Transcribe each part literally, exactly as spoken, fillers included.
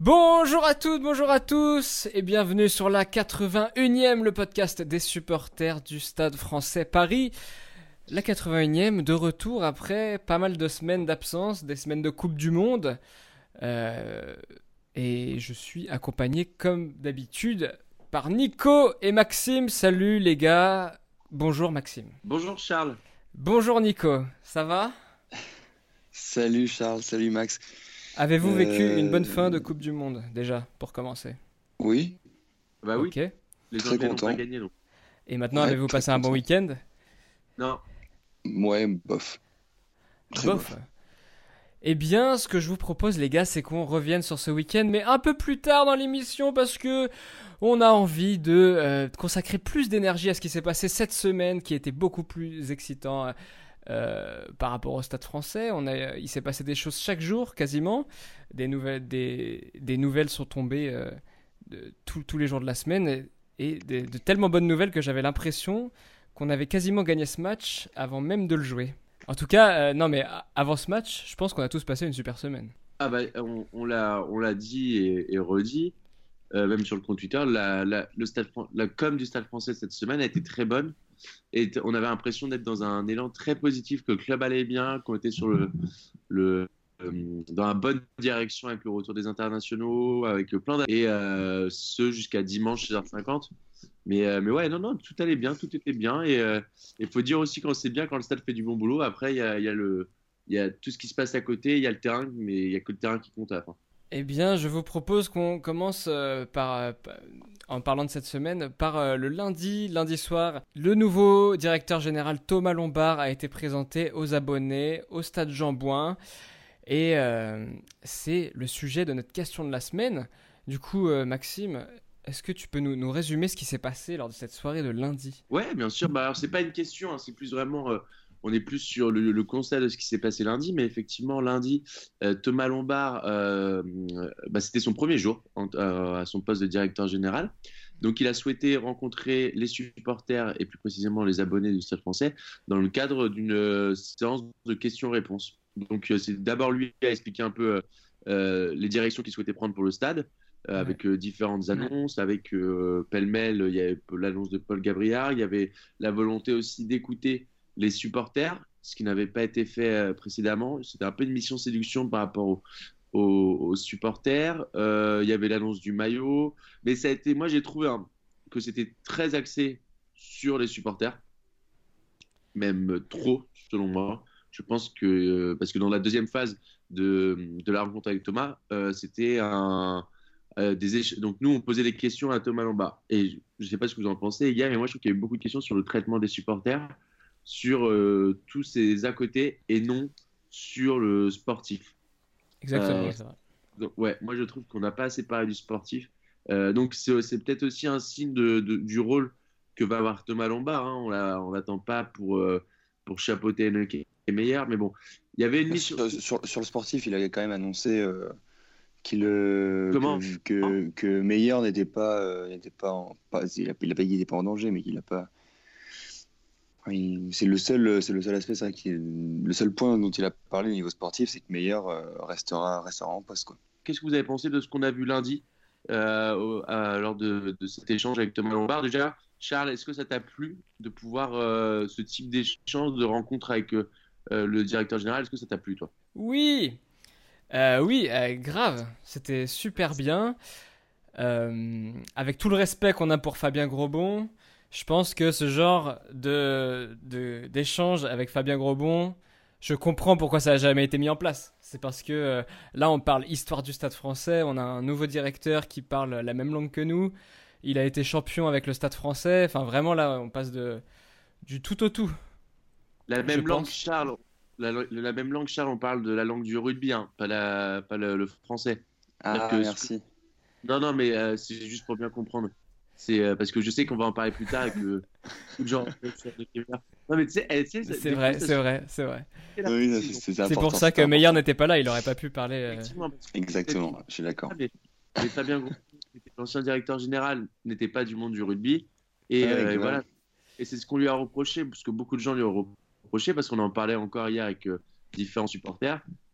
Bonjour à toutes, bonjour à tous et bienvenue sur la quatre-vingt-unième, le podcast des supporters du Stade Français Paris. La quatre-vingt-unième de retour après pas mal de semaines d'absence, des semaines de Coupe du Monde. Euh, et je suis accompagné comme d'habitude par Nico et Maxime. Salut les gars, bonjour Maxime. Bonjour Charles. Bonjour Nico, ça va ? Salut Charles, salut Max. Avez-vous vécu Euh, une bonne fin de Coupe du Monde déjà, pour commencer ? Oui, Bah oui, Ok. les très Anglais n'ont content. pas gagné donc. Et maintenant, Ouais, avez-vous très passé un bon content. week-end ? Non, Ouais, bof. Très Bof. bof. Eh bien, ce que je vous propose, les gars, c'est qu'on revienne sur ce week-end, mais un peu plus tard dans l'émission, parce que on a envie de euh, consacrer plus d'énergie à ce qui s'est passé cette semaine, qui était beaucoup plus excitant euh, par rapport au Stade Français. On a, il s'est passé des choses chaque jour, quasiment. Des nouvelles, des, des nouvelles sont tombées euh, de, tous- tous les jours de la semaine, et, et des- de tellement bonnes nouvelles que j'avais l'impression qu'on avait quasiment gagné ce match avant même de le jouer. En tout cas, euh, non mais a- avant ce match, je pense qu'on a tous passé une super semaine. ah bah, on, on l'a, on l'a dit et, et redit, euh, même sur le compte Twitter, la, la, le stade, Fran- la com du Stade Français cette semaine a été très bonne et t- on avait l'impression d'être dans un élan très positif, que le club allait bien, qu'on était sur le, le, euh, dans la bonne direction avec le retour des internationaux, avec plein d'a- et euh, ce jusqu'à dimanche seize heures cinquante. Mais, euh, mais ouais, non, non, tout allait bien, tout était bien. Et il faut dire aussi quand c'est bien, quand le stade fait du bon boulot. Après, il y a, il y a le, il y a tout ce qui se passe à côté, il y a le terrain, mais il y a que le terrain qui compte à la fin. Eh bien, je vous propose qu'on commence euh, par, euh, par- en parlant de cette semaine, par euh, le lundi, lundi soir. Le nouveau directeur général Thomas Lombard a été présenté aux abonnés au stade Jean-Bouin. Et euh, c'est le sujet de notre question de la semaine. Du coup, euh, Maxime, est-ce que tu peux nous, nous résumer ce qui s'est passé lors de cette soirée de lundi ? Ouais, bien sûr. Bah, alors, c'est pas une question, hein, c'est plus vraiment. euh, on est plus sur le, le constat de ce qui s'est passé lundi, mais effectivement, lundi, euh, Thomas Lombard, euh, euh, bah, c'était son premier jour en- euh, à son poste de directeur général. Donc, il a souhaité rencontrer les supporters et plus précisément les abonnés du Stade Français dans le cadre d'une euh, séance de questions-réponses. Donc, euh, c'est d'abord lui qui a expliqué un peu euh, euh, les directions qu'il souhaitait prendre pour le stade, euh, Ouais. avec euh, différentes annonces, avec euh, pêle-mêle, il y avait l'annonce de Paul Gabriard, il y avait la volonté aussi d'écouter les supporters, ce qui n'avait pas été fait euh, précédemment. C'était un peu une mission séduction par rapport aux, aux- aux supporters. Euh, il y avait l'annonce du maillot, mais ça a été, moi j'ai trouvé hein, que c'était très axé sur les supporters, même trop selon moi. Je pense que euh, parce que dans la deuxième phase de, de la rencontre avec Thomas, euh, c'était un euh, des éche- donc nous on posait des questions à Thomas Lombard et je ne sais pas ce que vous en pensez hier, mais moi je trouve qu'il y a eu beaucoup de questions sur le traitement des supporters, sur euh, tous ces à côté et non sur le sportif. Exactement, Euh, c'est vrai. donc, ouais, moi je trouve qu'on n'a pas assez parlé du sportif. Euh, donc c'est c'est peut-être aussi un signe de, de- du rôle que va avoir Thomas Lombard. Hein. On l'a- on l'attend pas pour, euh, pour chapeauter le qui est meilleur, mais bon, il y avait une mission. Sur, sur- sur le sportif, il avait quand même annoncé euh, qu'il, euh, Comment? que, que, que Meyer n'était pas, euh, n'était pas, en, pas il a, il a pas dit qu'il n'était pas en danger, mais qu'il n'a pas. Enfin, il- c'est le seul, c'est le seul aspect, c'est vrai, qui est- le seul point dont il a parlé au niveau sportif, c'est que Meyer euh, restera, restera en poste, quoi. Qu'est-ce que vous avez pensé de ce qu'on a vu lundi euh, au- à- lors de, de cet échange avec Thomas Lombard? Déjà, Charles, est-ce que ça t'a plu de pouvoir euh, ce type d'échange, de rencontre avec euh, euh, le directeur général? Est-ce que ça t'a plu, toi? Oui, euh, oui, euh, grave. C'était super bien. Euh, avec tout le respect qu'on a pour Fabien Grosbon, je pense que ce genre de, de- d'échange avec Fabien Grosbon, je comprends pourquoi ça n'a jamais été mis en place. C'est parce que euh, là, on parle histoire du Stade Français, on a un nouveau directeur qui parle la même langue que nous. Il a été champion avec le Stade Français. Enfin, vraiment, là, on passe de, du tout au tout, La je même langue, pense. Charles, la, la même langue, Charles, on parle de la langue du rugby, hein, pas, la, pas le, le français. C'est-à-dire Ah, que- merci. Non, non, mais euh, c'est juste pour bien comprendre. C'est euh, parce que je sais qu'on va en parler plus tard et que beaucoup de gens. Non, mais tu sais, eh, tu sais, ça- C'est des vrai, fois, ça c'est se vrai, c'est vrai. fait la Oui, non, précision. c'est c'est C'est important. pour ça c'est que Meyer important. n'était pas là, il aurait pas pu parler. euh, Effectivement, parce que Exactement, je suis d'accord. mais, mais Fabien Gros, qui était l'ancien directeur général, n'était pas du monde du rugby. Et, Ouais, euh, et grave. voilà. Et c'est ce qu'on lui a reproché, parce que beaucoup de gens lui ont reproché, parce qu'on en parlait encore hier avec euh, différents supporters.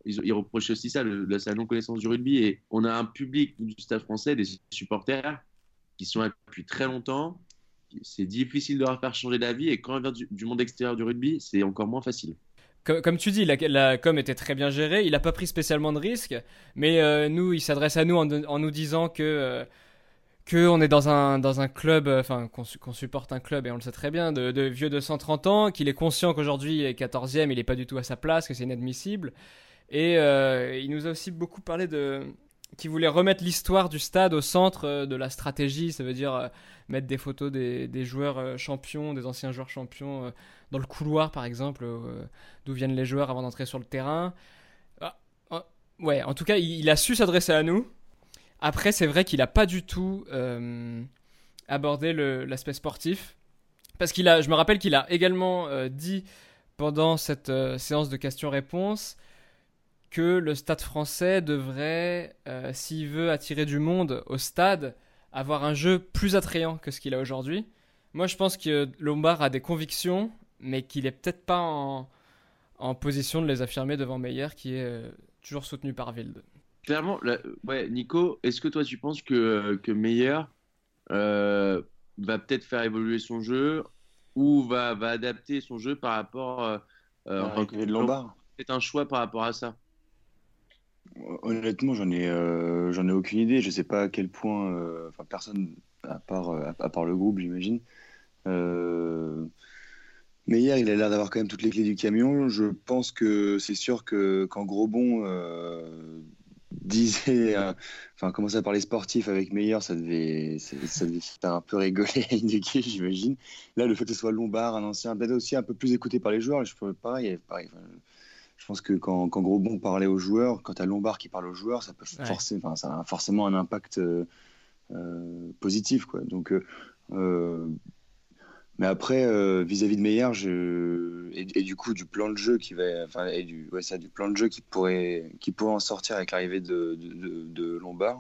ils, ils reprochaient aussi ça, le, la, sa non-connaissance du rugby. Et on a un public du Stade français, des supporters, qui sont là depuis très longtemps. C'est difficile de leur faire changer d'avis. Et quand on vient du, du monde extérieur du rugby, c'est encore moins facile. Comme, comme tu dis, la, la com était très bien gérée. Il n'a pas pris spécialement de risques. Mais euh, nous, il s'adresse à nous en, en nous disant que... Euh, qu'on est dans un, dans un club, enfin qu'on, qu'on supporte un club, et on le sait très bien, de, de vieux de cent trente ans, qu'il est conscient qu'aujourd'hui il est quatorzième, il n'est pas du tout à sa place, que c'est inadmissible. Et euh, il nous a aussi beaucoup parlé de... qu'il voulait remettre l'histoire du stade au centre de la stratégie, ça veut dire euh, mettre des photos des, des joueurs euh, champions, des anciens joueurs champions, euh, dans le couloir par exemple, euh, d'où viennent les joueurs avant d'entrer sur le terrain. Ah, ah, ouais, en tout cas, il, il a su s'adresser à nous. Après, c'est vrai qu'il n'a pas du tout euh, abordé le, l'aspect sportif. Parce qu'il a, je me rappelle qu'il a également euh, dit pendant cette euh, séance de questions-réponses que le Stade français devrait, euh, s'il veut attirer du monde au stade, avoir un jeu plus attrayant que ce qu'il a aujourd'hui. Moi, je pense que Lombard a des convictions, mais qu'il n'est peut-être pas en, en position de les affirmer devant Meyer, qui est euh, toujours soutenu par Wild. Clairement, là, ouais, Nico, est-ce que toi tu penses que, que Meyer euh, va peut-être faire évoluer son jeu ou va, va adapter son jeu par rapport euh, à l'arrivée de Lombard? C'est un choix par rapport à ça. Honnêtement, j'en ai, euh, j'en ai aucune idée. Je sais pas à quel point, euh, enfin personne à part, à, à part le groupe, j'imagine. Euh, Meyer, il a l'air d'avoir quand même toutes les clés du camion. Je pense que c'est sûr que quand Grosbon euh, disait, euh, enfin, commençait à parler sportif avec Meyer, ça devait, ça, ça devait faire un peu rigoler Heineke, j'imagine. Là, le fait que ce soit Lombard, un ancien, peut-être aussi un peu plus écouté par les joueurs, je peux pareil, pareil. Enfin, je pense que quand, quand Grosbon parlait aux joueurs, quand tu as Lombard qui parle aux joueurs, ça peut ouais. forcer, enfin, ça a forcément un impact euh, euh, positif, quoi. Donc, euh, mais après, euh, vis-à-vis de Meyer, je... et, et du coup du plan de jeu qui va, enfin, et du, ouais, ça, du plan de jeu qui pourrait, qui pourrait en sortir avec l'arrivée de, de, de, de Lombard.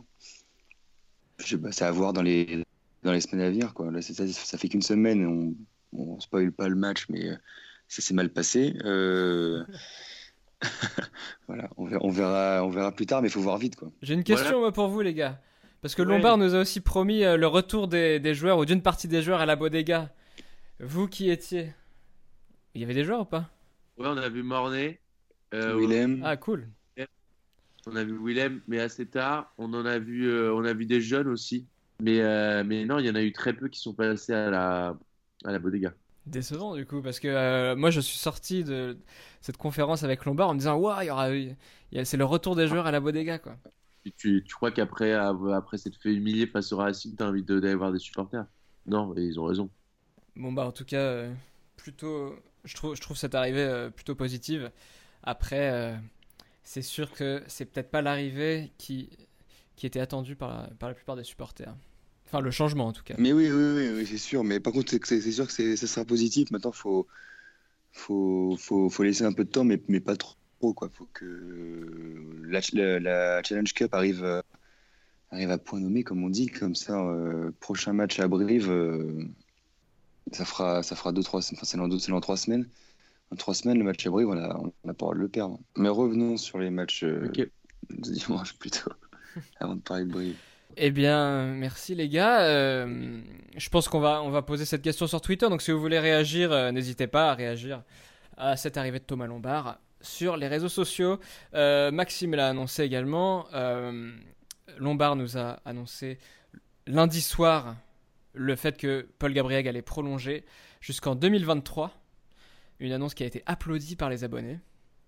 Je sais pas, c'est à voir dans les dans les semaines à venir, quoi. Là, c'est ça, ça fait qu'une semaine, on, on spoil pas le match, mais ça s'est mal passé. Euh... Voilà, on verra, on verra, on verra plus tard, mais il faut voir vite, quoi. J'ai une question voilà. moi, pour vous, les gars, parce que Lombard ouais. nous a aussi promis euh, le retour des, des joueurs ou d'une partie des joueurs à la Bodega. Vous qui étiez, il y avait des joueurs ou pas? Ouais, on a vu Mornay, euh, Willem. Ah cool. On a vu Willem, mais assez tard. On en a vu, euh, on a vu des jeunes aussi, mais euh, mais non, il y en a eu très peu qui sont passés à la à la Bodega. Décevant du coup, parce que euh, moi je suis sorti de cette conférence avec Lombard en me disant waouh, il y aura, il y a, c'est le retour des joueurs à la Bodega, quoi. Et tu, tu crois qu'après après s'être fait humilier face au Racing, t'as envie de, d'aller voir des supporters? Non, et ils ont raison. Bon bah en tout cas, euh, plutôt, je trouve, je trouve cette arrivée euh, plutôt positive. Après, euh, c'est sûr que c'est peut-être pas l'arrivée qui qui était attendue par la, par la plupart des supporters. Enfin, le changement, en tout cas. Mais oui, oui, oui, oui c'est sûr. Mais par contre, c'est, c'est sûr que c'est, ça sera positif. Maintenant, il faut, faut, faut, faut laisser un peu de temps, mais, mais pas trop. Il faut que la, la, la Challenge Cup arrive, euh, arrive à point nommé, comme on dit. Comme ça, euh, prochain match à Brive, euh, ça fera, ça fera deux, trois, enfin, c'est dans, c'est dans trois semaines. En trois semaines, le match à Brive, on a, on a pas le perdre. Mais revenons sur les matchs euh, okay. de dimanche plutôt, avant de parler de Brive. Eh bien, merci les gars. Euh, je pense qu'on va, on va poser cette question sur Twitter. Donc, si vous voulez réagir, euh, n'hésitez pas à réagir à cette arrivée de Thomas Lombard sur les réseaux sociaux. Euh, Maxime l'a annoncé également. Euh, Lombard nous a annoncé lundi soir le fait que Paul Gabriel allait prolonger jusqu'en deux mille vingt-trois. Une annonce qui a été applaudie par les abonnés.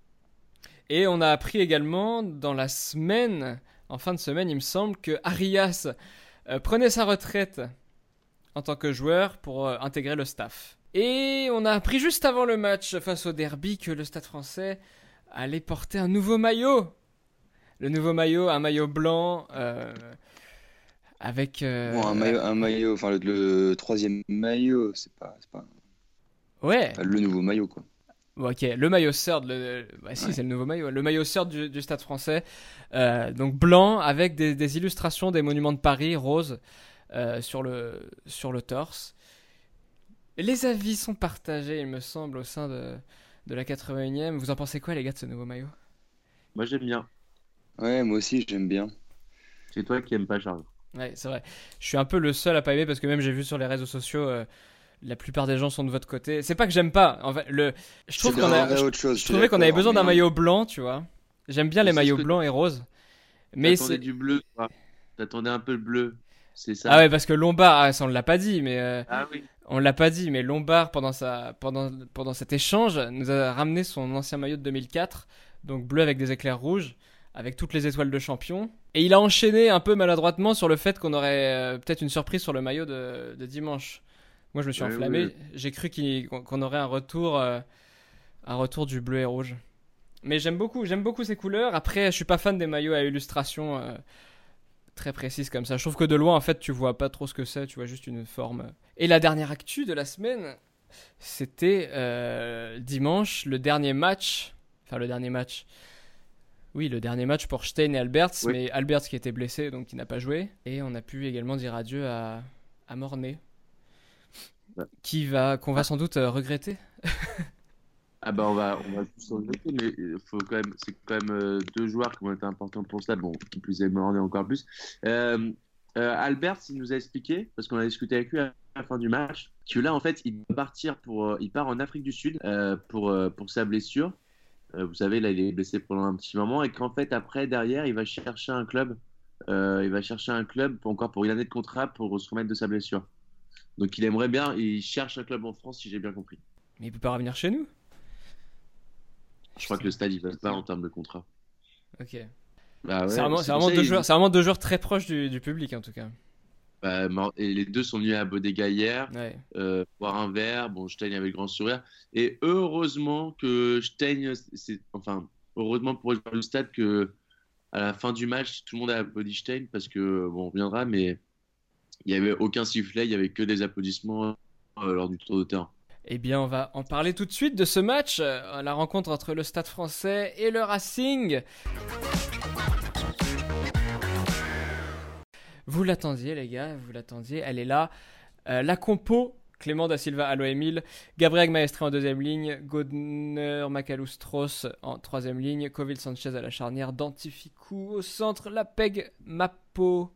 Et on a appris également dans la semaine... En fin de semaine, il me semble que Arias euh, prenait sa retraite en tant que joueur pour euh, intégrer le staff. Et on a appris juste avant le match face au derby que le Stade français allait porter un nouveau maillot. Le nouveau maillot, un maillot blanc euh, avec... Euh, bon, un maillot, un maillot, enfin le, le troisième maillot, c'est pas, c'est pas, ouais. c'est pas le nouveau maillot, quoi. Bon, ok, le maillot third, le... bah, si, ouais. c'est le nouveau maillot. Le maillot third du, du Stade français, euh, donc blanc avec des, des illustrations des monuments de Paris, rose, euh, sur, le, sur le torse. Les avis sont partagés, il me semble, au sein de, de la quatre-vingt-unième. Vous en pensez quoi, les gars, de ce nouveau maillot? Moi, j'aime bien. Ouais, moi aussi, j'aime bien. C'est toi qui aimes pas Charles. Ouais, c'est vrai. Je suis un peu le seul à pas aimer parce que même j'ai vu sur les réseaux sociaux, euh, la plupart des gens sont de votre côté. C'est pas que j'aime pas. En fait, le, je trouve C'est qu'on un a, vrai je, autre chose, je je suis trouvais qu'on avait d'accord, besoin d'un mais- maillot blanc, tu vois. J'aime bien Mais les c'est ce maillots que blancs et roses, mais T'attendais c'est du bleu, toi. T'attendais un peu le bleu. C'est ça. ah ouais parce que Lombard, ah, ça on l'a pas dit, mais euh, Ah oui. on l'a pas dit, mais Lombard pendant sa pendant pendant cet échange nous a ramené son ancien maillot de deux mille quatre, donc bleu avec des éclairs rouges, avec toutes les étoiles de champion. Et il a enchaîné un peu maladroitement sur le fait qu'on aurait euh, peut-être une surprise sur le maillot de, de dimanche. Moi, je me suis Ouais, enflammé. ouais. J'ai cru qu'il- qu'on qu'on aurait un retour, euh, un retour du bleu et rouge. Mais j'aime beaucoup, j'aime beaucoup ces couleurs. Après, je suis pas fan des maillots à illustration euh, très précises comme ça. Je trouve que de loin, en fait, tu vois pas trop ce que c'est. Tu vois juste une forme. Et la dernière actu de la semaine, c'était euh, dimanche, le dernier match. Enfin, le dernier match. Oui, le dernier match pour Stein et Alberts, Oui. mais Alberts qui était blessé, donc qui n'a pas joué. Et on a pu également dire adieu à, à Mornay, Ouais. qui va, qu'on va sans doute euh, regretter. Ah bah on va on va tous en noter, mais il faut quand même c'est quand même euh, deux joueurs qui ont été importants pour ça. Bon, qui plus est Morné encore plus. Euh, euh, Albert, il nous a expliqué parce qu'on a discuté avec lui à la fin du match que là en fait il va partir pour euh, il part en Afrique du Sud euh, pour euh, pour sa blessure. Euh, vous savez là il est blessé pendant un petit moment et qu'en fait après derrière il va chercher un club. Euh, il va chercher un club pour, encore pour une année de contrat pour se remettre de sa blessure. Donc il aimerait bien, il cherche un club en France si j'ai bien compris. Mais il peut pas revenir chez nous. Je crois que le stade il va pas en termes de contrat. Ok. Bah ouais, c'est vraiment, c'est c'est pour vraiment ça, deux ils- joueurs, c'est vraiment deux joueurs très proches du, du public en tout cas. bah, Mor- et les deux sont venus à Bodega hier, Ouais. euh, boire un verre. Bon, Stein avait le grand sourire. Et heureusement que Stein, c'est, enfin, heureusement pour les joueurs du stade que à la fin du match, tout le monde a applaudi Stein parce que, bon, on reviendra, mais il n'y avait aucun sifflet, il n'y avait que des applaudissements euh, lors du tour de terrain. Eh bien, on va en parler tout de suite de ce match, euh, la rencontre entre le Stade Français et le Racing. Vous l'attendiez, les gars, vous l'attendiez. Elle est là. Euh, la compo, Clément da Silva, Alo Emile, Gabriel Maestre en deuxième ligne, Godner, Macalou-Strauss en troisième ligne, Covil Sanchez à la charnière, Dantificou au centre, Lapeg, Mapo,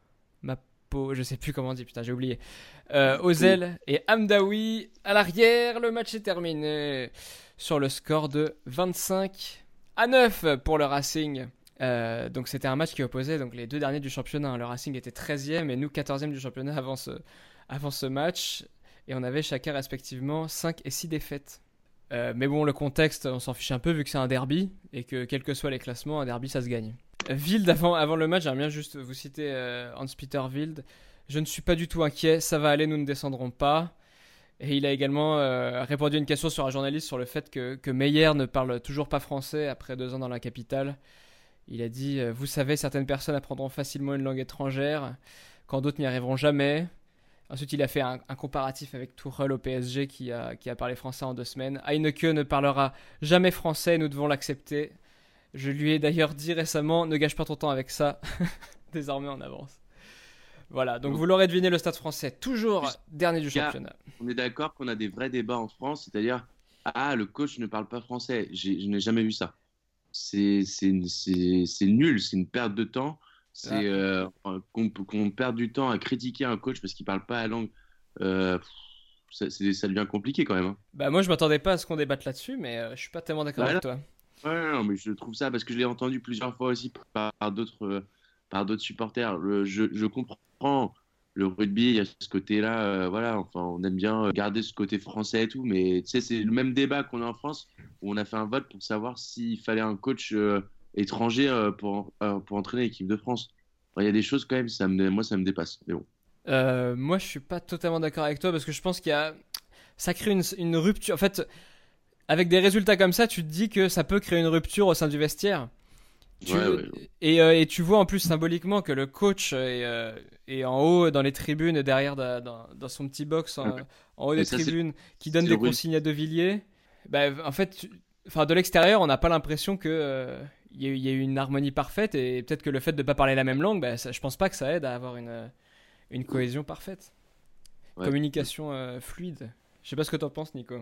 Mapo, je sais plus comment on dit, putain, j'ai oublié. Euh, Ozel et Hamdaoui à l'arrière. Le match est terminé sur le score de vingt-cinq à neuf pour le Racing. Euh, donc c'était un match qui opposait donc les deux derniers du championnat. Le Racing était treizième et nous quatorzième du championnat avant ce, avant ce match. Et on avait chacun respectivement cinq et six défaites. Euh, mais bon, le contexte, on s'en fiche un peu vu que c'est un derby et que quels que soient les classements, un derby ça se gagne. Euh, Wild, avant, avant le match, j'aimerais bien juste vous citer euh, Hans-Peter Wild. Je ne suis pas du tout inquiet, ça va aller, nous ne descendrons pas. Et il a également euh, répondu à une question sur un journaliste sur le fait que, que Meyer ne parle toujours pas français après deux ans dans la capitale. Il a dit euh, « Vous savez, certaines personnes apprendront facilement une langue étrangère, quand d'autres n'y arriveront jamais. » Ensuite, il a fait un, un comparatif avec Tuchel au P S G qui a, qui a parlé français en deux semaines. « Heineke ne parlera jamais français, nous devons l'accepter. » Je lui ai d'ailleurs dit récemment « Ne gâche pas ton temps avec ça. » Désormais, on avance. Voilà, donc Donc, vous l'aurez deviné, le Stade Français, toujours Juste- dernier du Gars, championnat. On est d'accord qu'on a des vrais débats en France, c'est-à-dire, ah, le coach ne parle pas français. J'ai- Je n'ai jamais vu ça. C'est c'est- c'est- c'est nul, c'est une perte de temps. C'est Ah. euh, enfin, qu'on qu'on perde du temps à critiquer un coach parce qu'il parle pas la langue. Euh, pff, ça, c'est- ça devient compliqué quand même. Hein. Bah moi je m'attendais pas à ce qu'on débatte là-dessus, mais euh, je suis pas tellement d'accord Bah, avec toi. Ouais, non, mais je trouve ça parce que je l'ai entendu plusieurs fois aussi par, par d'autres euh, par d'autres supporters. Le- je, je comprends le rugby, il y a ce côté-là, euh, voilà, enfin, on aime bien garder ce côté français et tout, mais tu sais, c'est le même débat qu'on a en France où on a fait un vote pour savoir s'il fallait un coach euh, étranger euh, pour, euh, pour entraîner l'équipe de France. Enfin, il y a des choses quand même, ça me, moi ça me dépasse. Mais bon. Euh, moi je suis pas totalement d'accord avec toi parce que je pense qu'il y a... Ça crée une, une rupture. En fait, avec des résultats comme ça, tu te dis que ça peut créer une rupture au sein du vestiaire. Tu- Ouais, ouais, ouais. Et, euh, et tu vois en plus symboliquement que le coach est, euh, est en haut dans les tribunes, derrière da- dans, dans son petit box en, en haut Et des ça, c'est- tribunes, qui donne c'est des le rugby. consignes à De Villiers. Bah, en fait, tu- enfin, de l'extérieur, on n'a pas l'impression que euh, il y, a eu- il y a eu une harmonie parfaite et peut-être que le fait de ne pas parler la même langue, bah, ça, je pense pas que ça aide à avoir une, euh, une cohésion parfaite. Ouais. Communication euh, fluide. Je sais pas ce que t'en penses, Nico.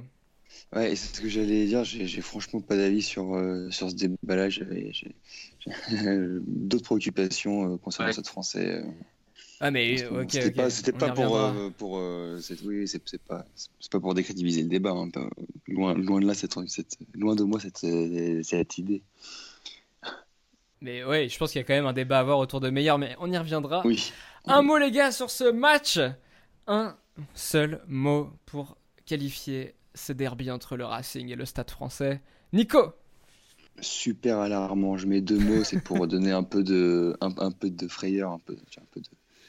Ouais, et c'est ce que j'allais dire. J'ai j'ai franchement pas d'avis sur, euh, sur ce débat-là. J'avais j'ai- j'ai d'autres préoccupations euh, concernant Ouais. cette Français. euh, Ah en mais ce moment. ok, C'était pas, ok, c'était on y pas pour, reviendra. euh, pour euh, c'est- oui, c'est c'est pas, c'est pas pour décrédibiliser le débat. Hein, pas- loin, loin de là, cette, cette- loin de moi cette, euh, cette idée. Mais ouais, je pense qu'il y a quand même un débat à avoir autour de Meyer, mais on y reviendra. Oui. Un Oui. mot les gars sur ce match. Un seul mot pour qualifier ce derby entre le Racing et le Stade Français. Nico. Super alarmant. Je mets deux mots, c'est pour donner un peu de, un, un peu de frayeur, un peu, un peu de.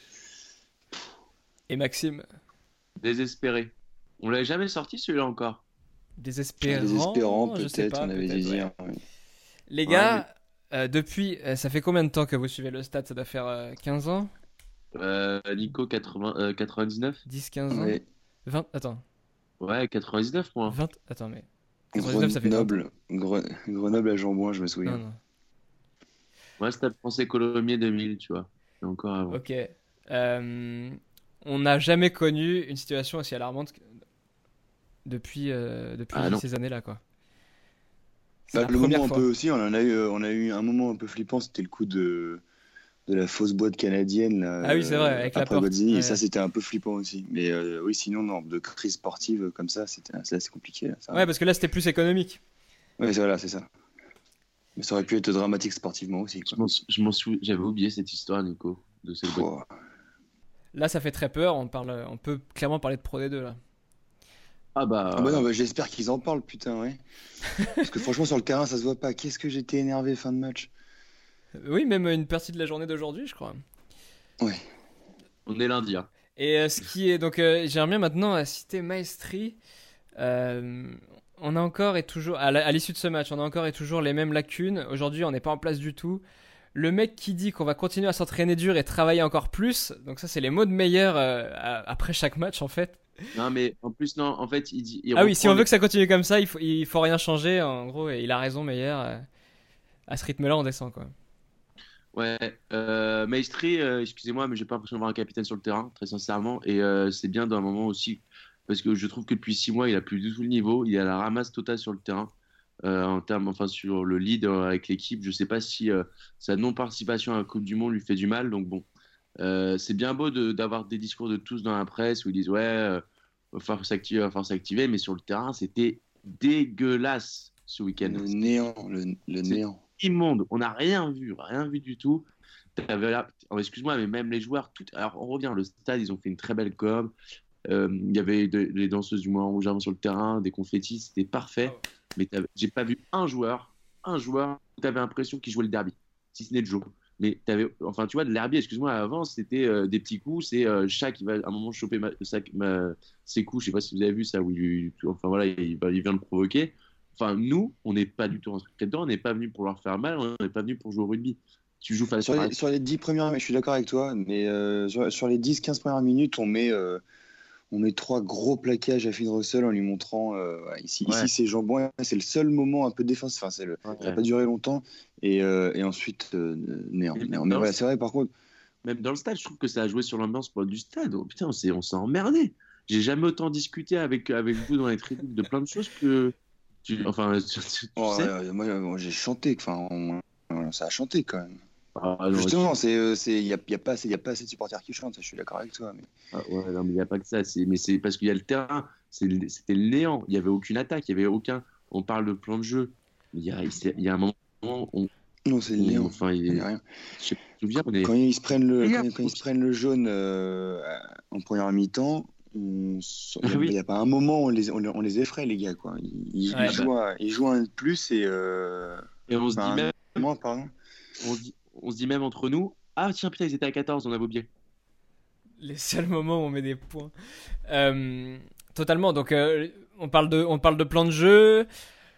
Et Maxime. Désespéré. On l'avait jamais sorti celui-là encore. Désespérant. Désespérant, je sais peut-être, pas, on avait peut-être, dit. ouais. Hein, ouais. Les Ouais, gars, euh, depuis, euh, ça fait combien de temps que vous suivez le Stade? Ça doit faire euh, quinze ans Euh, Nico quatre-vingts, euh, quatre-vingt-dix-neuf. dix, quinze ans Ouais. vingt, attends. Ouais, quatre-vingt-dix-neuf moi. vingt, attends, mais. quatre-vingt-dix-neuf, ça fait vingt ans. Grenoble, Gre- Grenoble à Jambouin, je me Non, souviens. non. Moi, Stade Français Colomiers deux mille, tu vois. C'est encore avant. Ok. Euh, on n'a jamais connu une situation aussi alarmante que- depuis, euh, depuis Ah non. ces années-là, quoi. C'est Bah, la le première moment un fois. peu aussi, on en a eu, euh, on a eu un moment un peu flippant, c'était le coup de, de la fausse boîte canadienne là, Ah oui, c'est vrai, euh, avec après Laporte. Bozzini, Ouais. et ça c'était un peu flippant aussi. Mais euh, oui, sinon, non, de crise sportive comme ça, c'était c'est assez compliqué. Là, ça. Ouais, parce que là, c'était plus économique. Ouais, c'est- voilà, c'est ça. Mais ça aurait pu être dramatique sportivement aussi. Je Quoi. m'en sou- je m'en souviens, j'avais oublié cette histoire, Nico, de cette boîte. Pouah. Là, ça fait très peur. On parle, on peut clairement parler de Pro D deux, là. Ah bah, Ah bah non, bah, j'espère qu'ils en parlent, putain, ouais. Parce que franchement, sur le terrain, ça se voit pas. Qu'est-ce que j'étais énervé fin de match. Oui, même une partie de la journée d'aujourd'hui, je crois. Ouais. on est lundi. Hein. Et euh, ce qui est donc, euh, j'aimerais bien maintenant à citer Maestri. Euh, on a encore et toujours, à la- à l'issue de ce match, on a encore et toujours les mêmes lacunes. Aujourd'hui, on n'est pas en place du tout. Le mec qui dit qu'on va continuer à s'entraîner dur et travailler encore plus, donc ça, c'est les mots de meilleur euh, à- après chaque match, en fait. Non, mais en plus, non, en fait, il dit. il Ah oui, si reprend on les- veut que ça continue comme ça, il faut, il faut rien changer, en gros, et il a raison, meilleur. euh, à ce rythme-là, on descend, quoi. Ouais, euh, Maestri, euh, excusez-moi, mais j'ai pas l'impression de voir un capitaine sur le terrain, très sincèrement. Et euh, c'est bien d'un moment aussi, parce que je trouve que depuis six mois, il a plus du tout le niveau. Il a la ramasse totale sur le terrain, euh, en termes, enfin, sur le lead euh, avec l'équipe. Je sais pas si euh, sa non-participation à la Coupe du Monde lui fait du mal. Donc bon, euh, c'est bien beau de- d'avoir des discours de tous dans la presse où ils disent ouais, euh, va falloir s'activer, va falloir s'activer, mais sur le terrain, c'était dégueulasse ce week-end. Le néant, le, le C'est- néant. Immonde. On n'a rien vu, rien vu du tout. T'avais là- oh, excuse-moi, mais même les joueurs, tout... alors on revient, le stade, ils ont fait une très belle com. Euh, Il y avait de- les danseuses du Moulin Rouge avant sur le terrain, des confettis, c'était parfait. Oh. Mais t'avais- j'ai pas vu un joueur, un joueur, tu avais l'impression qu'il jouait le derby, si ce n'est le Joe. Mais t'avais, enfin, tu vois, de l'herbier, excuse-moi, avant, c'était euh, des petits coups, c'est euh, Chat qui va à un moment choper ma- sa- ma- ses coups, je sais pas si vous avez vu ça, où il, enfin voilà, il, va- il vient de provoquer. Enfin, nous, on n'est pas du tout rentrés dedans, on n'est pas venu pour leur faire mal, on n'est pas venu pour jouer au rugby. Tu joues face Sur à les, sur les dix premières, je suis d'accord avec toi, mais euh, sur, sur les dix quinze premières minutes, on met, euh, on met trois gros plaquages à Finn Russell en lui montrant euh, ouais, ici, Ouais. ici c'est jambon, c'est le seul moment un peu défensif, enfin, c'est le, ça n'a pas duré longtemps, et, euh, et ensuite, euh, néant. Et néant. Mais non, voilà, c'est vrai, par contre, Même dans le stade, je trouve que ça a joué sur l'ambiance pour- du stade. Oh, putain, on s'est, on s'est emmerdé. J'ai jamais autant discuté avec, avec vous dans les tribunes de plein de choses que. Tu, enfin, tu, tu oh, sais. ouais, moi, moi, j'ai chanté, enfin, on- on- ça a chanté quand même. Ah, non, Justement, c'est, euh, c'est, il y a, il y a pas assez, il y a pas assez de supporters qui chantent, ça, je suis d'accord avec toi. Mais... Ah, ouais, non, mais il n'y a pas que ça. C'est, mais c'est parce qu'il y a le terrain. C'est, le- c'était le néant. Il n'y avait aucune attaque. Il n'y avait aucun. On parle de plan de jeu. Il y a, il s'est- il y a un moment. On, Non, c'est le on- néant. enfin, il, Il y a rien. je sais pas si tu te souviens, on est- Quand ils se prennent le, Regarde, quand, quand ils se prennent le jaune euh, en première mi-temps, on s- il Ah oui. n'y a, pas un moment où on les, on, on les effraie, les gars. Quoi. Ils, ils Ouais, jouent, un, ils jouent un de plus et. Euh... et on se dit enfin, même. Moi, pardon. On se dit, on se dit même entre nous. Ah, tiens, putain, ils étaient à quatorze, on avait oublié. Les seuls moments où on met des points. Euh, totalement. Donc, euh, on parle de, on parle de plan de jeu.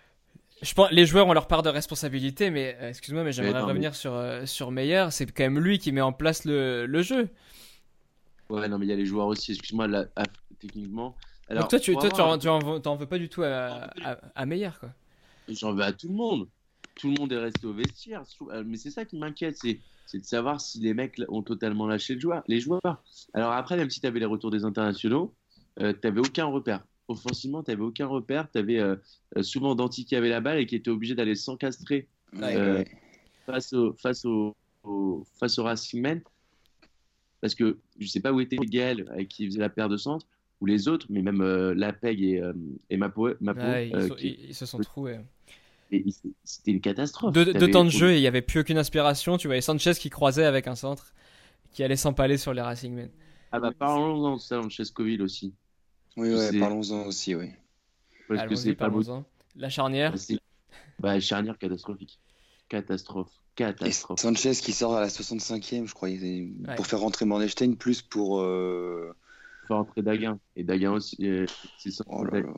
Je pense, les joueurs ont leur part de responsabilité, mais euh, excuse-moi, mais j'aimerais Mais non, revenir sur euh, sur Meyer. C'est quand même lui qui met en place le, le jeu. Ouais, non, mais il y a les joueurs aussi. Excuse-moi, là, ah, techniquement. Alors, Donc toi, tu, faut toi, tu, avoir- en, tu en- t'en veux pas du tout à, à, à Meyer, quoi. J'en veux à tout le monde. Tout le monde est resté au vestiaire. Euh, Mais c'est ça qui m'inquiète, c'est, c'est de savoir si les mecs ont totalement lâché le joueur, les joueurs. Alors après, même si tu avais les retours des internationaux, euh, tu n'avais aucun repère. offensivement, tu n'avais aucun repère. Tu avais euh, souvent Danti qui avait la balle et qui était obligé d'aller s'encastrer Ouais, euh, ouais. face, au, face, au, au, face au Racing Men. Parce que je ne sais pas où était Gaël avec qui faisait la paire de centre, ou les autres, mais même euh, Lapeg et, euh, et Mapo. Mapo Ouais, ils, euh, sont- qui, ils- ils se sont troués. et il- c'était une catastrophe. Deux, deux T'avais- temps de jeu et il n'y avait plus aucune inspiration. Tu voyais Sanchez qui croisait avec un centre qui allait s'empaler sur les Racing Men. Ah bah parlons-en de ça, Francescoville aussi. Oui, ouais, C'est- parlons-en aussi, oui. Parce que Allons-y, c'est pas beau. parlons-en. La charnière. C'est- Bah, charnière catastrophique. Catastrophe. Et Catastrophe. Sanchez qui sort à la soixante-cinquième, je crois, il- Ouais. pour faire rentrer Mornestein, plus pour. euh, Faut rentrer Daguin. Et Daguin aussi. euh, c'est ça. Oh là là.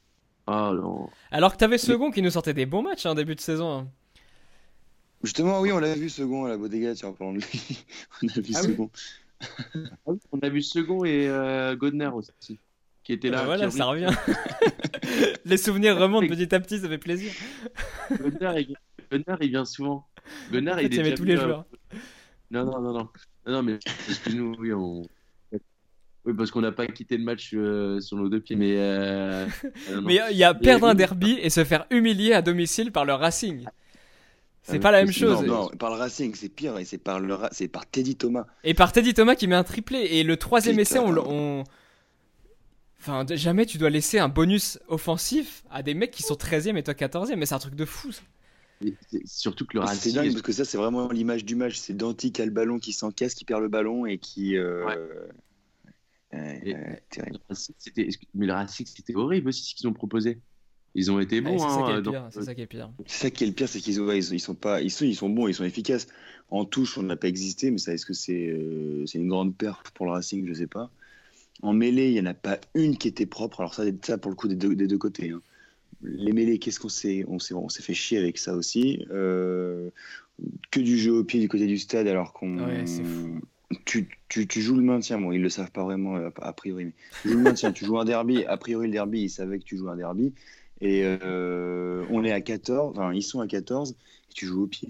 Oh non. Alors que t'avais Second qui nous sortait des bons matchs en début de saison. hein. Justement, oui, on l'a vu second à la Bodega, tiens, en parlant de lui. On a vu Ah oui. second. Ah oui, on a vu Second et euh, Godner aussi. Qui était là. Ah, voilà, qui ça revient. Les souvenirs remontent petit à petit, ça fait plaisir. Godner, il... Godner, il vient souvent. Godner, En fait, il est il aimait déjà tous les venu, euh, joueurs. Non, non, non, non. Non, non, mais parce que nous, oui, on. Oui, parce qu'on n'a pas quitté le match euh, sur nos deux pieds, mais. Euh... ah, non, non. Mais il y a perdre Et- un derby et se faire humilier à domicile par le Racing. C'est Ah, pas la même mais chose. Non, non, par le Racing, c'est pire, et c'est par, le Ra- c'est par Teddy Thomas. Et par Teddy Thomas qui met un triplé. Et le troisième Putain. essai, on, l- on... Enfin, de- jamais tu dois laisser un bonus offensif à des mecs qui sont treizième et toi quatorzième. Mais c'est un truc de fou, ça. Mais c'est surtout que le C'est Racing. dingue parce que ça, c'est vraiment l'image du match. C'est Danti qui a le ballon, qui s'encaisse, qui perd le ballon et qui. euh, Ouais. ouais, Et- ouais, terrible. Le Racing, c'était- Mais le Racing, c'était horrible aussi ce qu'ils ont proposé. Ils ont été Ouais, bons. c'est ça qui hein, est dans- pire. C'est ça qui est pire. C'est ça qui est le pire, c'est qu'ils ouais, ils, ils sont pas, ils sont, ils sont bons, ils sont efficaces. En touche, on n'a pas existé, mais ça, est-ce que c'est, euh, c'est une grande perf pour le Racing, je sais pas. En mêlée, il y en a pas une qui était propre. Alors ça, ça pour le coup des deux, des deux côtés. hein. Les mêlées, qu'est-ce qu'on s'est, on s'est, on s'est fait chier avec ça aussi. Euh, que du jeu au pied du côté du stade, alors qu'on. Ouais, c'est fou. Tu, tu, tu joues le maintien, bon, ils le savent pas vraiment a, a priori, mais tu joues le maintien, tu joues un derby. A priori, le derby, ils savaient que tu joues un derby. Et euh, on est à quatorze, enfin, ils sont à quatorze, et tu joues au pied.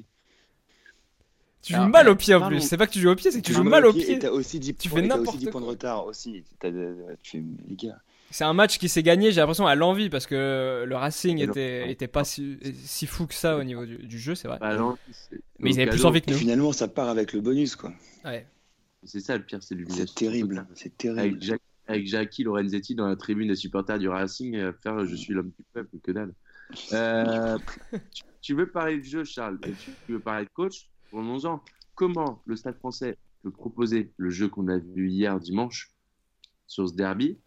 Tu joues Alors, mal euh, au pied en pardon. plus. C'est pas que tu joues au pied, c'est que tu joues joues mal au Et pied. t'as aussi dix Tu points, fais et t'as n'importe aussi dix points de quoi. retard aussi. T'as, tu fais, les gars. C'est un match qui s'est gagné, j'ai l'impression, à l'envie parce que le Racing Et non. était, était pas si, si fou que ça au niveau du, du jeu, c'est vrai. Bah, non, c'est- Mais ils avaient plus cadeau. envie que Et nous. finalement, ça part avec le bonus, quoi. Ouais. C'est ça le pire, c'est l'humiliation. C'est terrible, totale. c'est terrible. Avec, Jack- avec Jackie Lorenzetti dans la tribune des supporters du Racing, euh, faire je suis l'homme du peuple, que dalle. Euh, tu, tu veux parler du jeu, Charles, et tu, tu veux parler de coach, revenons-en. Comment le Stade français peut proposer le jeu qu'on a vu hier dimanche sur ce derby,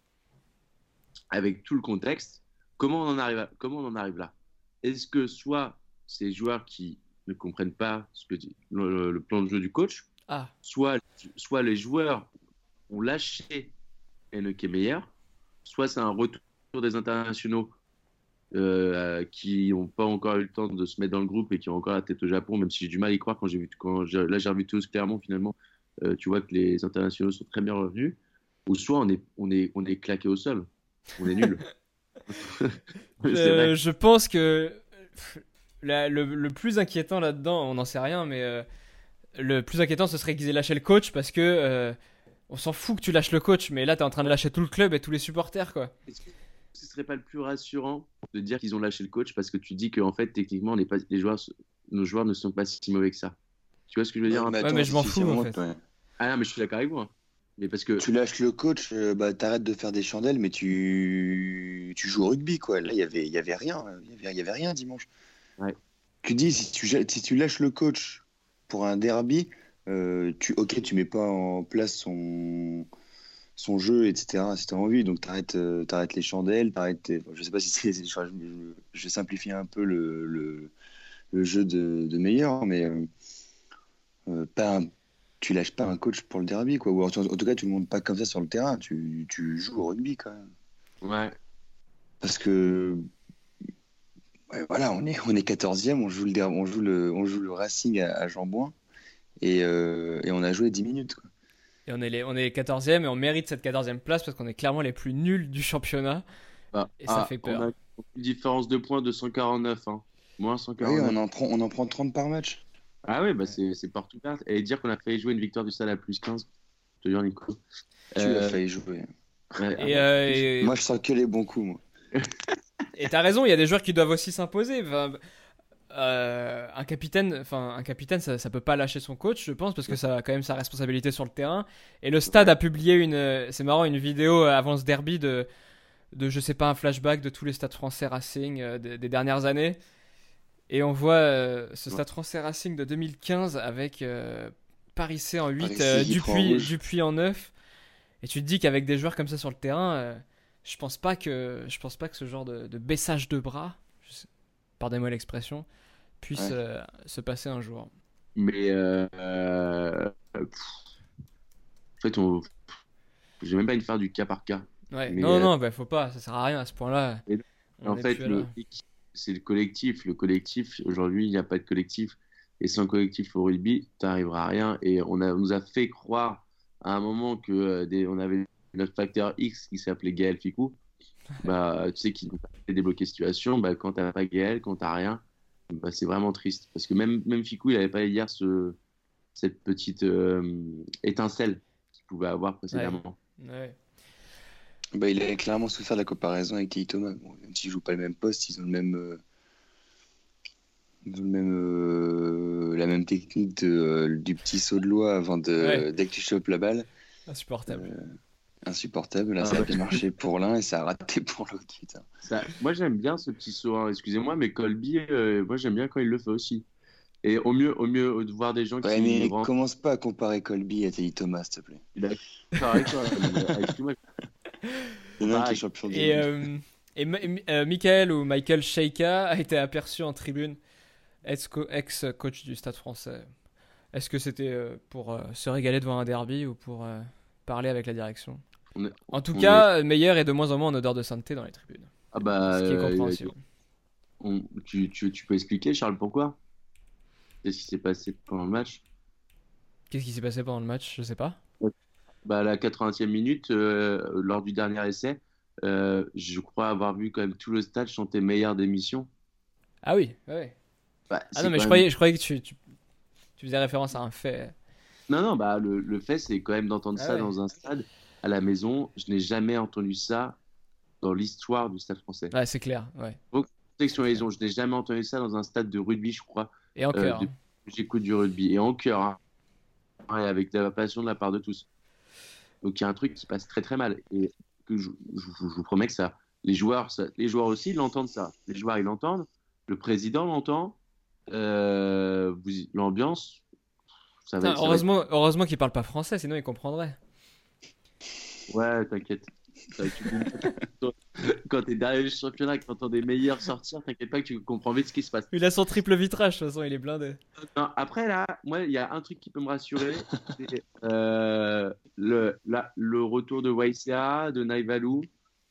avec tout le contexte, comment on en arrive, à- comment on en arrive là? Est-ce que soit ces joueurs qui ne comprennent pas ce que dit, le, le plan de jeu du coach, Ah, soit, soit les joueurs ont lâché Hennequet meilleur, soit c'est un retour des internationaux euh, qui n'ont pas encore eu le temps de se mettre dans le groupe et qui ont encore la tête au Japon, même si j'ai du mal à y croire quand j'ai vu, quand j'ai- là j'ai revu tous clairement finalement, euh, tu vois que les internationaux sont très bien revenus, ou soit on est, on est, on est claqué au sol, on est nul. C'est Euh, vrai. je pense que pff, la- le, le plus inquiétant là-dedans, on n'en sait rien, mais euh, le plus inquiétant ce serait qu'ils aient lâché le coach parce que euh, on s'en fout que tu lâches le coach, mais là t'es en train de lâcher tout le club et tous les supporters quoi. Est-ce que ce serait pas le plus rassurant de dire qu'ils ont lâché le coach parce que tu dis qu'en fait techniquement on n'est pas, les joueurs, nos joueurs ne sont pas si mauvais que ça. Tu vois ce que je veux dire? Ouais, un peu Ouais, mais je m'en si, fous, si, en vraiment, fait. ouais. Ah non, mais je suis d'accord avec vous. hein. Mais parce que Tu lâches le coach, euh, bah, t'arrêtes de faire des chandelles, mais tu, tu joues au rugby, quoi. Là, il y avait, il y avait rien. Il y avait, il y avait rien dimanche. Ouais. Tu dis, si tu, ja- si tu lâches le coach pour un derby, euh, tu, ok, tu mets pas en place son, son jeu, et cetera, si tu as envie. Donc, tu arrêtes les chandelles, t'arrêtes tes- bon, je sais pas si c'est. c'est- Je, je, je simplifie un peu le, le, le jeu de, de meilleur, mais euh, euh, pas un- tu lâches pas un coach pour le derby, quoi. Ou en, en tout cas, tu ne le montes pas comme ça sur le terrain. Tu, tu joues au rugby, quand même. ouais. Parce que. Ouais, voilà, on est, on est quatorzième, on joue le, der- on joue le, on joue le Racing à, à Jean-Bouin. Et, euh, et on a joué dix minutes, quoi. Et on est les, on est quatorzième et on mérite cette quatorzième place parce qu'on est clairement les plus nuls du championnat. Bah, Et ça fait peur. On a une différence de points de cent quarante-neuf. Hein. Moins Oui, cent quarante-neuf. on en prend, on en prend trente par match. Ah oui, bah c'est c'est partout perdre. Et dire qu'on a failli jouer une victoire du Stade à plus quinze, je te dis, Nico. Tu Euh, as failli jouer. Ouais, Et, euh, et... Moi, je sens que les bons coups, moi. Et t'as raison, il y a des joueurs qui doivent aussi s'imposer. Enfin, euh, un capitaine, enfin un capitaine, ça, ça peut pas lâcher son coach, je pense, parce que ça a quand même sa responsabilité sur le terrain. Et le Stade a publié une, euh, c'est marrant, une vidéo avant ce derby de, de je sais pas, un flashback de tous les Stades Français Racing euh, des, des dernières années. Et on voit euh, ce Stade Français Racing de deux mille quinze avec euh, Paris C en huit, Paris euh, C qui prend en Dupuis, rouge. Dupuis en neuf. Et tu te dis qu'avec des joueurs comme ça sur le terrain, euh, je pense pas que je pense pas que ce genre de, de baissage de bras, je sais- pardonnez-moi l'expression, puisse Ouais. euh, se passer un jour. Mais euh, euh, pff, en fait, on... j'ai même pas envie de faire du cas par cas. Ouais, Mais non, euh, non, bah faut pas, ça sert à rien à ce point-là. et On en est fait, plus le là. c'est le collectif. Le collectif, aujourd'hui, il n'y a pas de collectif. Et sans collectif au rugby, tu n'arriveras à rien. Et on, a, on nous a fait croire à un moment que euh, des, on avait notre facteur X qui s'appelait Gaël Ficou. Bah, tu sais, qui nous a fait débloquer la situation. Bah, quand tu n'as pas Gaël, quand tu n'as rien, bah, c'est vraiment triste. Parce que même, même Ficou, il n'avait pas hier ce, cette petite euh, étincelle qu'il pouvait avoir Ouais, précédemment. ouais. Bah, il a clairement souffert de la comparaison avec Thierry Thomas. Bon, même s'ils jouent pas le même poste, ils ont le même, euh, ils ont le même, euh, la même technique de, euh, du petit saut de loi avant de, Ouais. dès que tu chopes la balle. Insupportable. Insupportable. Là, Ah ça a ouais. bien marché pour l'un et ça a raté pour l'autre. Putain. Ça, moi, j'aime bien ce petit saut, hein. Excusez-moi, mais Colby, euh, moi, j'aime bien quand il le fait aussi. Et au mieux, au mieux de voir des gens Ouais, qui mais rentrent. commence pas à comparer Colby à Thierry Thomas, s'il te plaît. Il est d'accord avec toi, mais, euh, excuse-moi. Il y en a un qui Pareil. est champion du Et, monde. euh, et Ma- euh, Michael ou Michael Sheika a été aperçu en tribune, ex-co- ex-coach du Stade Français. Est-ce que c'était euh, pour euh, se régaler devant un derby ou pour euh, parler avec la direction? On est- En tout on est- cas, Meyer est de moins en moins en odeur de sainteté dans les tribunes. Ah bah, Ce qui est euh, compréhensible. on- tu, tu, tu peux expliquer, Charles, pourquoi? Qu'est-ce qui s'est passé pendant le match? Qu'est-ce qui s'est passé pendant le match? Je sais pas. Bah, à la quatre-vingtième minute, euh, lors du dernier essai, euh, je crois avoir vu quand même tout le stade chanter meilleure démission. Ah oui, ouais, ouais. Bah, Ah c'est non, mais quand je même- croyais, je croyais que tu, tu, tu faisais référence à un fait. Non, non, bah, le, le fait, c'est quand même d'entendre Ah ça ouais. dans un stade, à la maison. Je n'ai jamais entendu ça dans l'histoire du stade français. Ouais, c'est clair, ouais. Protection et liaison, je n'ai jamais entendu ça dans un stade de rugby, je crois, Et en euh, cœur. depuis que j'écoute du rugby. Et en cœur, hein. Ouais, avec de la passion de la part de tous. Donc il y a un truc qui passe très très mal. Et que je, je- je vous promets que ça, les joueurs, ça- les joueurs aussi, ils l'entendent ça. Les joueurs, ils l'entendent. Le président l'entend. Euh, vous- l'ambiance, ça va Putain, être. ça va être- heureusement, heureusement qu'il parle pas français, sinon il comprendrait. Ouais, t'inquiète. Ça va être- Quand t'es derrière le championnat, que t'entends des meilleurs sortir, t'inquiète pas que tu comprends vite ce qui se passe. Il a son triple vitrage, de toute façon, il est blindé. Non, après, là, moi, il y a un truc qui peut me rassurer, c'est euh, le, la- le retour de Y C A, de Naivalou,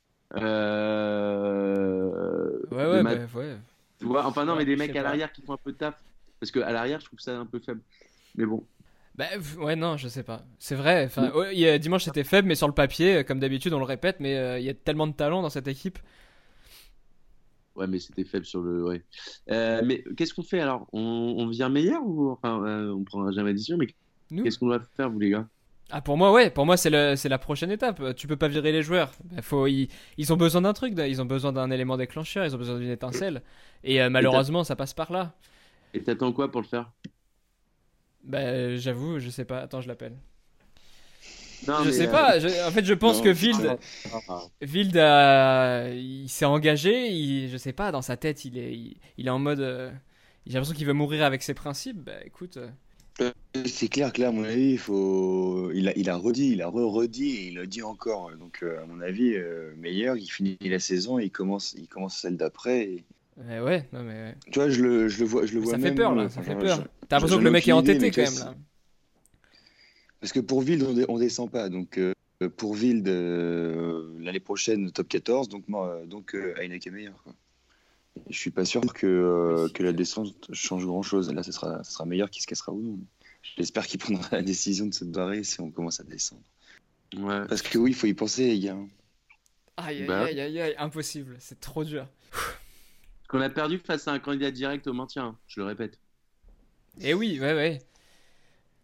euh, Ouais, de ouais, Mat- bah, ouais. tu vois, enfin non, Ouais, mais des je mecs sais à pas. l'arrière qui font un peu de taf, parce qu'à l'arrière, je trouve ça un peu faible. Mais bon, Bah, pff, ouais, non, je sais pas. C'est vrai, enfin, ouais, il y a- dimanche c'était faible, mais sur le papier, euh, comme d'habitude, on le répète, mais euh, il y a tellement de talent dans cette équipe. ouais, mais c'était faible sur le. Ouais. Euh, mais qu'est-ce qu'on fait alors? On, on vient meilleur ou enfin, euh, on prendra jamais décision, mais Nous? qu'est-ce qu'on doit faire, vous les gars? Ah, pour moi, ouais, pour moi, c'est le, c'est la prochaine étape. Euh, Tu peux pas virer les joueurs. Bah, faut, ils, ils ont besoin d'un truc, ils ont besoin d'un élément déclencheur, ils ont besoin d'une étincelle. Et euh, malheureusement, ça passe par là. Et t'attends quoi pour le faire? Bah, j'avoue, je sais pas. Attends, je l'appelle. Non, Je mais, sais euh, pas, je- en fait, je pense non, que c'est Wild, ah, Wild a- il s'est engagé, il, je sais pas, dans sa tête, il est, il, il est en mode. euh, j'ai l'impression qu'il veut mourir avec ses principes. Bah écoute. euh, Euh, C'est clair que là, à mon avis, il faut. Il a, il a redit, il a re-redit et il le dit encore. Donc, euh, à mon avis, euh, meilleur, il finit la saison et il commence, il commence celle d'après. et- Ouais, ouais, non mais. ouais. Tu vois, je le, je le vois, je le Mais vois ça fait même. peur là, euh, ça enfin, fait je- peur. je- T'as l'impression j'en que le ai mec est aucune idée, entêté mais quand tu même vois, là. Parce que pour Wild, on, dé- on descend pas. Donc, euh, pour Wild, euh, l'année prochaine, top quatorze. Donc, moi, donc euh, Heineken est meilleur. Quoi. Je suis pas sûr que, euh, Oui, que la ok. descente change grand chose. Là, ce sera, ce sera meilleur qui se cassera ou non. J'espère qu'il prendra la décision de se barrer si on commence à descendre. ouais. Parce que oui, il faut y penser, les gars. Aïe aïe Bah. aïe aïe aïe, impossible, c'est trop dur. Qu'on a perdu face à un candidat direct au maintien, je le répète. Et oui, ouais, ouais.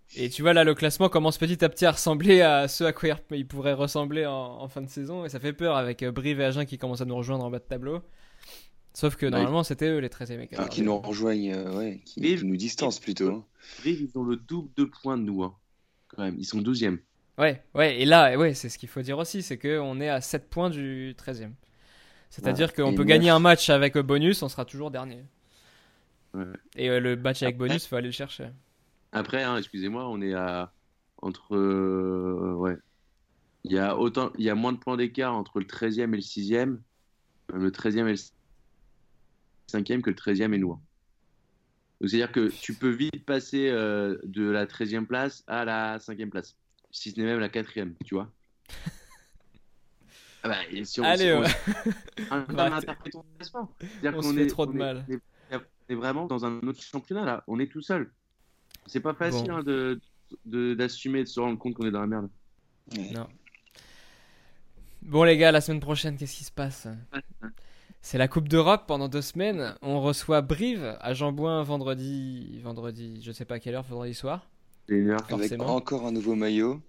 Et tu vois, là, le classement commence petit à petit à ressembler à ce à quoi il pourrait ressembler en, en fin de saison. Et ça fait peur avec euh, Brive et Agen qui commencent à nous rejoindre en bas de tableau. Sauf que normalement, c'était eux les treizième et quatorzième. Ah, qui nous rejoignent, euh, ouais, qui, Brive, qui nous distancent plutôt. Hein. Brive, ils ont le double de points de nous, hein, quand même. Ils sont douzième. Ouais, ouais, et là, ouais, c'est ce qu'il faut dire aussi, c'est qu'on est à sept points du treizième. C'est-à-dire Ouais, qu'on et peut neuf. gagner un match avec euh, bonus, on sera toujours dernier. Ouais. Et euh, le match avec Après- bonus, faut aller le chercher. Après, hein, excusez-moi, on est à entre euh, ouais. Il y a autant, il y a moins de points d'écart entre le treizième et le sixième, euh, le treizième et le cinquième que le treizième et nous. hein. Donc c'est-à-dire que tu peux vite passer euh, de la treizième place à la cinquième place, si ce n'est même la quatrième, tu vois. Ah bah, et si on, Allez, si on- ouais. un- On va un arrêter. interprète ton classement. C'est-à-dire On qu'on se fait est- trop de on est- mal. On est, on est vraiment dans un autre championnat là. On est tout seul. C'est pas facile Bon. hein, de, de- d'assumer, de se rendre compte qu'on est dans la merde. Ouais. Non. Bon les gars, la semaine prochaine, qu'est-ce qui se passe? C'est la Coupe d'Europe pendant deux semaines. On reçoit Brive à Jambouin vendredi, vendredi, je sais pas à quelle heure, vendredi soir. C'est une heure. Avec Forcément. encore un nouveau maillot.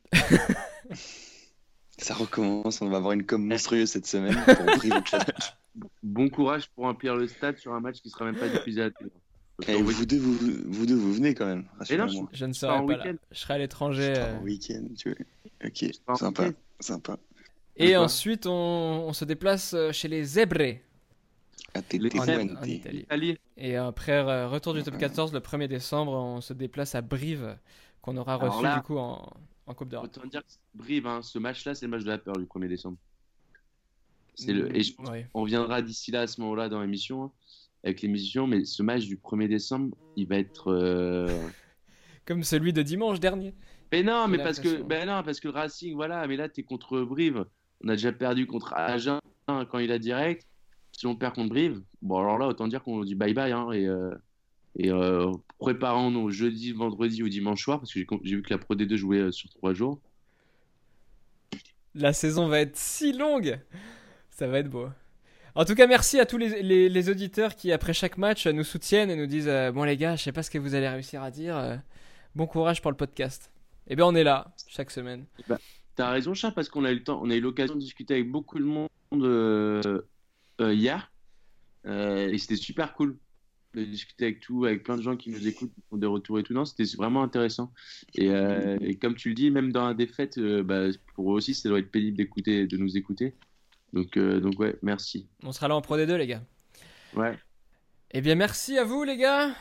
Ça recommence, on va avoir une com monstrueuse cette semaine pour Brive au challenge. Bon courage pour remplir le stade sur un match qui sera même pas diffusé à la télé. Parce Et qu'en vous deux, vous, vous deux, vous venez quand même. Et non, rassurez-moi. Je ne pars serai en pas là. week-end. Je serai à l'étranger. Pas euh. en week-end, tu vois. Ok, pars en sympa, week-end. sympa. Et D'accord. ensuite, on, on se déplace euh, chez les Zebre À tes Les en, Zèbres, en Italie. Italie. Et après euh, retour du top quatorze le premier décembre, on se déplace à Brive, qu'on aura Alors reçu là- du coup en, en Coupe d'Europe. Autant dire que Brive, hein, ce match-là, c'est le match de la peur du premier décembre. C'est le... Et je pense Ouais. qu'on reviendra d'ici là à ce moment-là dans l'émission, hein, avec l'émission, mais ce match du premier décembre, il va être. euh, Comme celui de dimanche dernier. Mais non, J'ai mais parce que, l'impression. ben non, parce que le Racing, voilà, mais là, t'es contre Brive. On a déjà perdu contre Agen hein, quand il a direct. Si on perd contre Brive, bon, alors là, autant dire qu'on dit bye bye. Hein, et euh, et euh, préparons-nous jeudi, vendredi ou dimanche soir, parce que j'ai j'ai vu que la Pro D deux jouait euh, sur trois jours. La saison va être si longue. Ça va être beau. En tout cas, merci à tous les, les- les auditeurs qui, après chaque match, nous soutiennent et nous disent euh, bon les gars, je sais pas ce que vous allez réussir à dire. euh, bon courage pour le podcast. Et bien on est là chaque semaine. T'as raison, chat, parce qu'on a eu le temps, on a eu l'occasion de discuter avec beaucoup de monde euh, euh, hier, Euh, et c'était super cool de discuter avec tout, avec plein de gens qui nous écoutent, qui font des retours et tout. Non, c'était vraiment intéressant. Et, euh, et comme tu le dis, même dans la défaite, euh, bah, pour eux aussi, ça doit être pénible d'écouter, de nous écouter. Donc, euh, donc ouais, merci. On sera là en Pro D deux les gars. Ouais. Eh bien, merci à vous, les gars.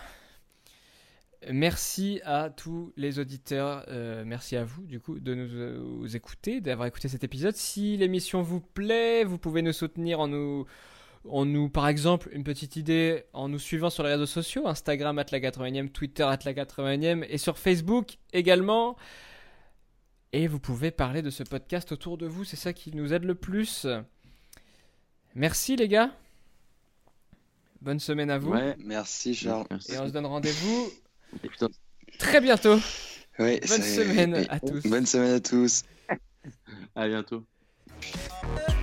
Merci à tous les auditeurs. euh, merci à vous, du coup, de nous, euh, nous écouter, d'avoir écouté cet épisode. Si l'émission vous plaît, vous pouvez nous soutenir en nous, en nous, par exemple, une petite idée, en nous suivant sur les réseaux sociaux, Instagram at la quatre-vingtième, Twitter at la quatre-vingtième et sur Facebook également. Et vous pouvez parler de ce podcast autour de vous, c'est ça qui nous aide le plus. Merci, les gars. Bonne semaine à vous. Ouais. Merci Charles. Merci. Et on se donne rendez-vous Putain, très bientôt. Ouais, Bonne c'est- semaine et- à tous. Bonne semaine à tous. à bientôt.